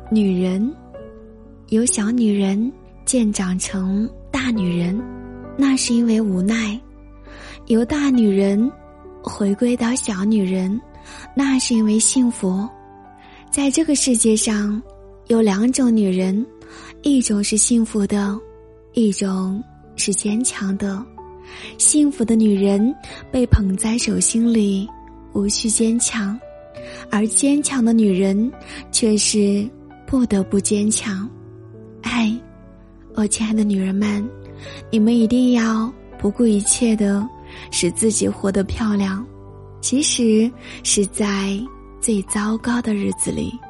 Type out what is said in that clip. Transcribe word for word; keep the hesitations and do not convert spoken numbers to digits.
女人，由小女人渐长成大女人，那是因为无奈；由大女人回归到小女人，那是因为幸福。在这个世界上有两种女人，一种是幸福的，一种是坚强的。幸福的女人被捧在手心里，无需坚强，而坚强的女人却是不得不坚强。哎，我亲爱的女人们，你们一定要不顾一切的使自己活得漂亮，即使是在最糟糕的日子里。